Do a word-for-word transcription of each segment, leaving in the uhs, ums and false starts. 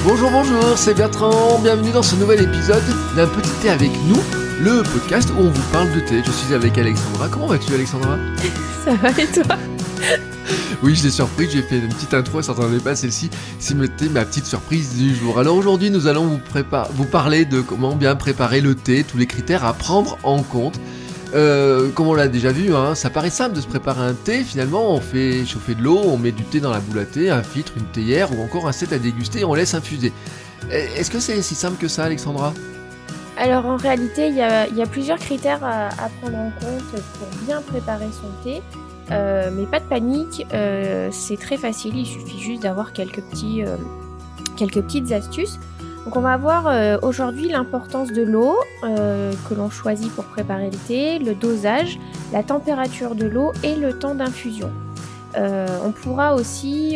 Bonjour, bonjour, c'est Bertrand, bienvenue dans ce nouvel épisode d'un Petit Thé avec nous, le podcast où on vous parle de thé. Je suis avec Alexandra. Comment vas-tu, Alexandra? Ça va et toi? Oui, je l'ai surpris, j'ai fait une petite intro, elle s'entendait pas, celle-ci, c'était ma petite surprise du jour. Alors aujourd'hui, nous allons vous, prépa- vous parler de comment bien préparer le thé, tous les critères à prendre en compte. Euh, comme on l'a déjà vu, hein, ça paraît simple de se préparer un thé. Finalement, on fait chauffer de l'eau, on met du thé dans la boule à thé, un filtre, une théière ou encore un set à déguster et on laisse infuser. Est-ce que c'est si simple que ça, Alexandra? Alors en réalité, il y a, y a plusieurs critères à, à prendre en compte pour bien préparer son thé. Euh, mais pas de panique, euh, c'est très facile, il suffit juste d'avoir quelques, petits, euh, quelques petites astuces. Donc on va voir euh, aujourd'hui l'importance de l'eau euh, que l'on choisit pour préparer le thé, le dosage, la température de l'eau et le temps d'infusion. Euh, on pourra aussi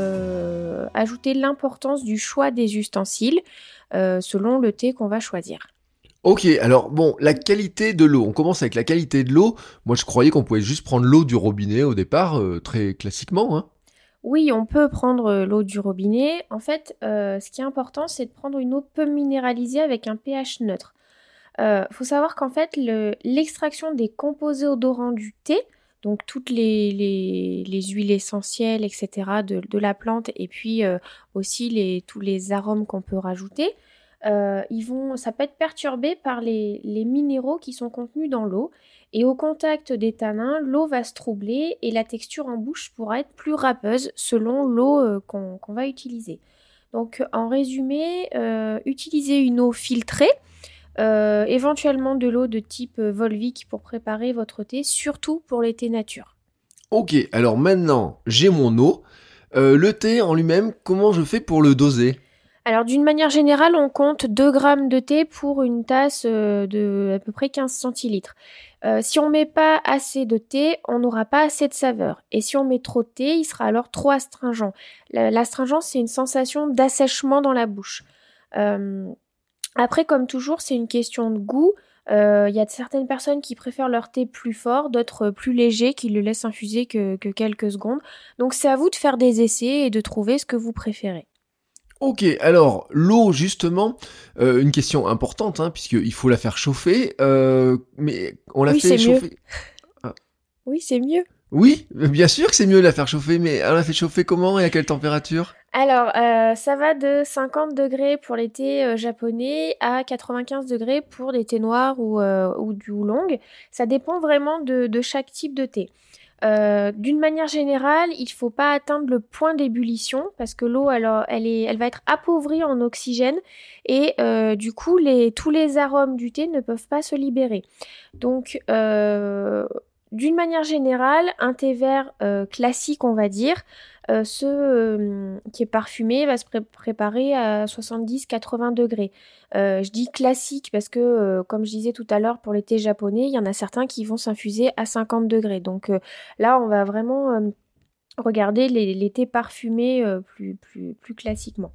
euh, ajouter l'importance du choix des ustensiles euh, selon le thé qu'on va choisir. Ok, alors bon, la qualité de l'eau, on commence avec la qualité de l'eau. Moi je croyais qu'on pouvait juste prendre l'eau du robinet au départ, euh, très classiquement, hein. Oui, on peut prendre l'eau du robinet. En fait, euh, ce qui est important, c'est de prendre une eau peu minéralisée avec un pH neutre. Il euh, faut savoir qu'en fait, le, l'extraction des composés odorants du thé, donc toutes les, les, les huiles essentielles, et cetera, de, de la plante, et puis euh, aussi les, tous les arômes qu'on peut rajouter, euh, ils vont, ça peut être perturbé par les, les minéraux qui sont contenus dans l'eau. Et au contact des tanins, l'eau va se troubler et la texture en bouche pourra être plus râpeuse selon l'eau euh, qu'on, qu'on va utiliser. Donc en résumé, euh, utilisez une eau filtrée, euh, éventuellement de l'eau de type Volvic pour préparer votre thé, surtout pour les thés nature. Ok, alors maintenant j'ai mon eau. Euh, le thé en lui-même, comment je fais pour le doser? Alors d'une manière générale, on compte deux grammes de thé pour une tasse euh, de à peu près quinze centilitres. Euh, si on met pas assez de thé, on n'aura pas assez de saveur. Et si on met trop de thé, il sera alors trop astringent. La- L'astringence, c'est une sensation d'assèchement dans la bouche. Euh, Après, comme toujours, c'est une question de goût. Il euh, y a certaines personnes qui préfèrent leur thé plus fort, d'autres plus léger, qui le laissent infuser que, que quelques secondes. Donc c'est à vous de faire des essais et de trouver ce que vous préférez. Ok, alors l'eau justement, euh, une question importante, hein, puisqu'il faut la faire chauffer, euh, mais on la Oui, fait c'est mieux. chauffer... Ah. Oui, c'est mieux. Oui, bien sûr que c'est mieux de la faire chauffer, mais on la fait chauffer comment et à quelle température? Alors, euh, ça va de cinquante degrés pour les thés euh, japonais à quatre-vingt-quinze degrés pour les thés noirs ou, euh, ou du oolong. Ça dépend vraiment de, de chaque type de thé. Euh, d'une manière générale, il ne faut pas atteindre le point d'ébullition parce que l'eau, alors, elle, est, elle va être appauvrie en oxygène et euh, du coup, les, tous les arômes du thé ne peuvent pas se libérer. Donc, euh, d'une manière générale, un thé vert euh, classique, on va dire, euh, ce euh, qui est parfumé va se pré- préparer à soixante-dix à quatre-vingts degrés. Euh, je dis classique parce que, euh, comme je disais tout à l'heure, pour les thés japonais, il y en a certains qui vont s'infuser à cinquante degrés. Donc euh, là, on va vraiment euh, regarder les, les thés parfumés euh, plus, plus, plus classiquement.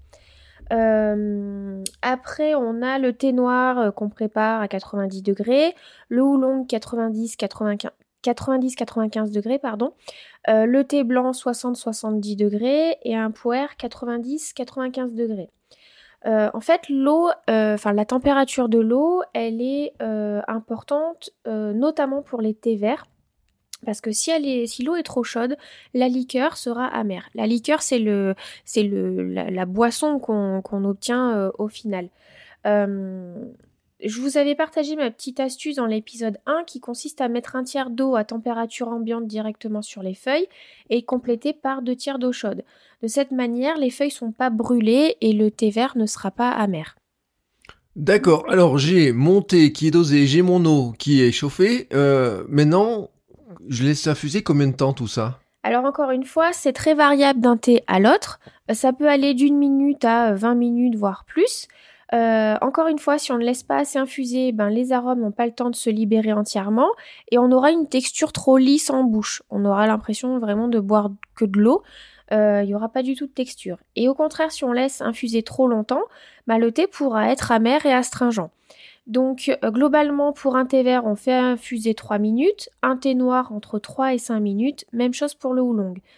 Euh, après, on a le thé noir euh, qu'on prépare à quatre-vingt-dix degrés, le oolong quatre-vingt-dix quatre-vingt-quinze quatre-vingt-dix quatre-vingt-quinze degrés, pardon, euh, le thé blanc soixante soixante-dix degrés et un puer quatre-vingt-dix quatre-vingt-quinze degrés. Euh, en fait, l'eau, euh, enfin la température de l'eau, elle est euh, importante, euh, notamment pour les thés verts. Parce que si, elle est, si l'eau est trop chaude, la liqueur sera amère. La liqueur, c'est, le, c'est le, la, la boisson qu'on, qu'on obtient euh, au final. Euh, je vous avais partagé ma petite astuce dans l'épisode un qui consiste à mettre un tiers d'eau à température ambiante directement sur les feuilles et compléter par deux tiers d'eau chaude. De cette manière, les feuilles ne sont pas brûlées et le thé vert ne sera pas amer. D'accord, alors j'ai mon thé qui est dosé, j'ai mon eau qui est chauffée, euh, maintenant je laisse infuser combien de temps tout ça? Alors encore une fois, c'est très variable d'un thé à l'autre. Ça peut aller d'une minute à vingt minutes, voire plus. Euh, encore une fois, si on ne laisse pas assez infuser, ben, les arômes n'ont pas le temps de se libérer entièrement et on aura une texture trop lisse en bouche. On aura l'impression vraiment de boire que de l'eau. Euh, il n'y aura pas du tout de texture. Et au contraire, si on laisse infuser trop longtemps, ben, le thé pourra être amer et astringent. Donc euh, globalement pour un thé vert on fait infuser trois minutes, un thé noir entre trois et cinq minutes, même chose pour le oolong.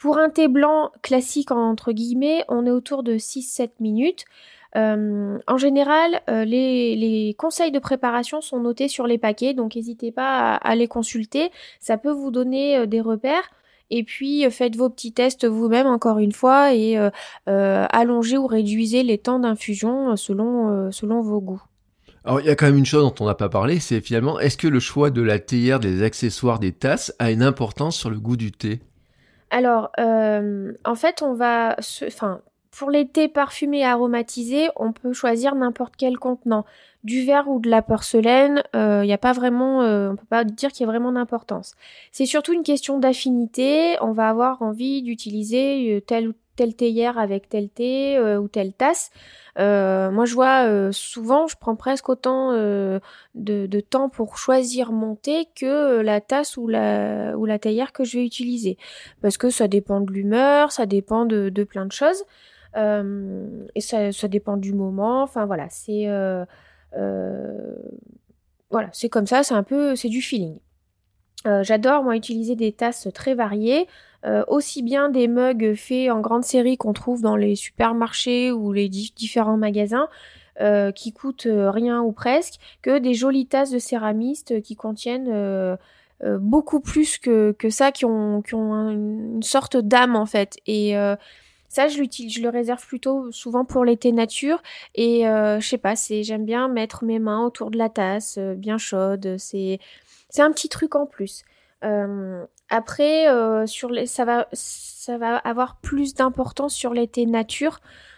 Pour un thé blanc classique, entre guillemets, on est autour de six sept minutes. Euh, en général, euh, les, les conseils de préparation sont notés sur les paquets, donc n'hésitez pas à, à les consulter. Ça peut vous donner euh, des repères. Et puis, euh, faites vos petits tests vous-même, encore une fois, et euh, euh, allongez ou réduisez les temps d'infusion selon, euh, selon vos goûts. Alors, il y a quand même une chose dont on n'a pas parlé, c'est finalement, est-ce que le choix de la théière, des accessoires, des tasses a une importance sur le goût du thé? Alors, euh, en fait, on va... Se... Enfin, pour les thés parfumés aromatisés, on peut choisir n'importe quel contenant. Du verre ou de la porcelaine, il euh, n'y a pas vraiment... Euh, on peut pas dire qu'il y a vraiment d'importance. C'est surtout une question d'affinité. On va avoir envie d'utiliser telle ou telle théière avec tel thé euh, ou telle tasse. Euh, moi, je vois euh, souvent, je prends presque autant euh, de, de temps pour choisir mon thé que la tasse ou la, ou la théière que je vais utiliser. Parce que ça dépend de l'humeur, ça dépend de, de plein de choses. Euh, et ça, ça dépend du moment. Enfin, voilà, c'est... Euh, euh, voilà, c'est comme ça, c'est un peu... C'est du feeling. Euh, j'adore, moi, utiliser des tasses très variées, euh, aussi bien des mugs faits en grande série qu'on trouve dans les supermarchés ou les di- différents magasins, euh, qui coûtent euh, rien ou presque, que des jolies tasses de céramistes qui contiennent euh, euh, beaucoup plus que, que ça, qui ont, qui ont un- une sorte d'âme, en fait. Et euh, ça, je l'utilise, je le réserve plutôt souvent pour les thés nature. Et euh, je sais pas, c'est, j'aime bien mettre mes mains autour de la tasse, euh, bien chaude. C'est c'est un petit truc en plus. Euh, après, euh, sur les, ça va, ça va avoir plus d'importance sur les thés nature,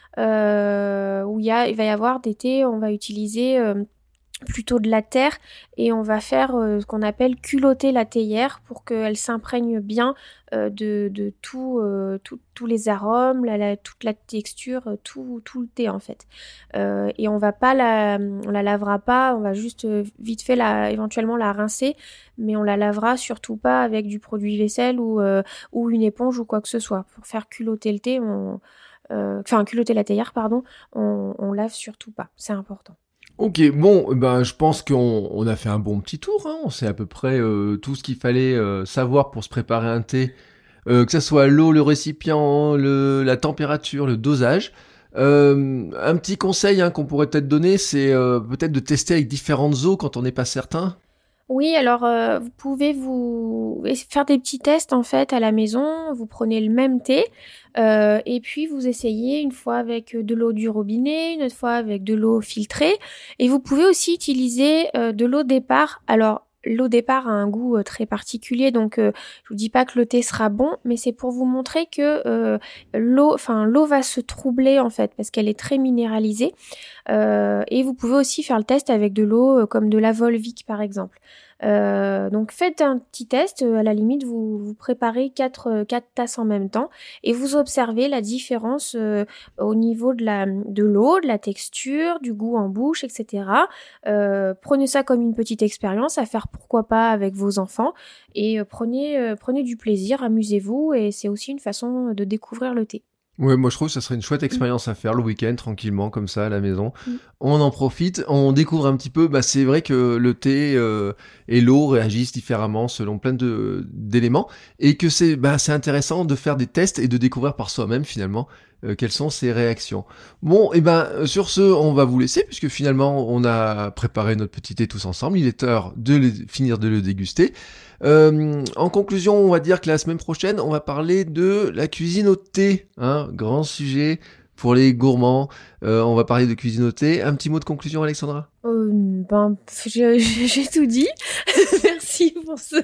euh, où il y a, il va y avoir des thés, on va utiliser euh, plutôt de la terre et on va faire euh, ce qu'on appelle culotter la théière pour qu'elle s'imprègne bien euh, de, de tout, euh, tout- tous les arômes, la, la- toute la texture, euh, tout, tout le thé en fait. Euh, et on va pas la, on la lavera pas, on va juste euh, vite fait la, éventuellement la rincer, mais on la lavera surtout pas avec du produit vaisselle ou, euh, ou une éponge ou quoi que ce soit. Pour faire culotter le thé, on, euh, enfin culotter la théière, pardon, on, on lave surtout pas, c'est important. Ok, bon, eh ben, je pense qu'on on a fait un bon petit tour, hein. On sait à peu près euh, tout ce qu'il fallait euh, savoir pour se préparer un thé, euh, que ça soit l'eau, le récipient, le, la température, le dosage. Euh, un petit conseil hein, qu'on pourrait peut-être donner, c'est euh, peut-être de tester avec différentes eaux quand on n'est pas certain. Oui, alors euh, vous pouvez vous faire des petits tests en fait à la maison. Vous prenez le même thé euh, et puis vous essayez une fois avec de l'eau du robinet, une autre fois avec de l'eau filtrée. Et vous pouvez aussi utiliser euh, de l'eau départ. Alors l'eau départ a un goût euh, très particulier, donc euh, je vous dis pas que le thé sera bon, mais c'est pour vous montrer que euh, l'eau, enfin l'eau va se troubler en fait parce qu'elle est très minéralisée. Euh, et vous pouvez aussi faire le test avec de l'eau euh, comme de la Volvic par exemple. Euh, donc faites un petit test, euh, à la limite vous, vous préparez quatre, euh, quatre tasses en même temps et vous observez la différence euh, au niveau de la de l'eau, de la texture, du goût en bouche, et cetera. Euh, prenez ça comme une petite expérience à faire pourquoi pas avec vos enfants et euh, prenez, euh, prenez du plaisir, amusez-vous et c'est aussi une façon de découvrir le thé. Ouais, moi je trouve que ça serait une chouette Mm. expérience à faire le week-end, tranquillement, comme ça, à la maison. Mm. On en profite, on découvre un petit peu, bah c'est vrai que le thé euh, et l'eau réagissent différemment selon plein de d'éléments, et que c'est bah, c'est intéressant de faire des tests et de découvrir par soi-même, finalement, euh, quelles sont ces réactions. Bon, et ben euh, sur ce, on va vous laisser, puisque finalement, on a préparé notre petit thé tous ensemble, il est heure de le- finir de le déguster. Euh, en conclusion, on va dire que la semaine prochaine, on va parler de la cuisine au thé, hein, grand sujet pour les gourmands. Euh, on va parler de cuisine au thé. Un petit mot de conclusion, Alexandra? Euh, ben, pff, j'ai j'ai tout dit. Merci pour ce.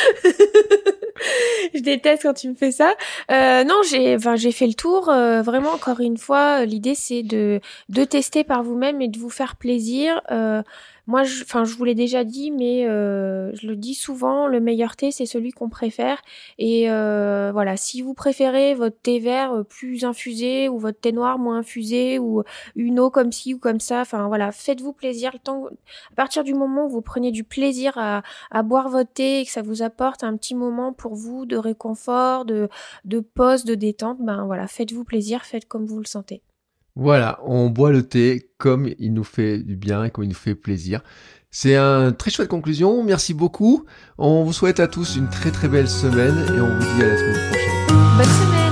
Je déteste quand tu me fais ça. Euh, non, j'ai, enfin, j'ai fait le tour. Euh, vraiment, encore une fois, l'idée c'est de de tester par vous-même et de vous faire plaisir. Euh, moi, je, enfin, je vous l'ai déjà dit, mais euh, je le dis souvent, le meilleur thé c'est celui qu'on préfère. Et euh, voilà, si vous préférez votre thé vert euh, plus infusé ou votre thé noir moins infusé ou une eau comme ci ou comme ça, enfin voilà, faites-vous plaisir. Le temps, à partir du moment où vous prenez du plaisir à à boire votre thé et que ça vous apporte un petit moment pour vous de réconfort, de, de pause, de détente, ben voilà, faites-vous plaisir, faites comme vous le sentez. Voilà, on boit le thé comme il nous fait du bien et comme il nous fait plaisir. C'est un très chouette conclusion. Merci beaucoup. On vous souhaite à tous une très très belle semaine et on vous dit à la semaine prochaine. Bonne semaine.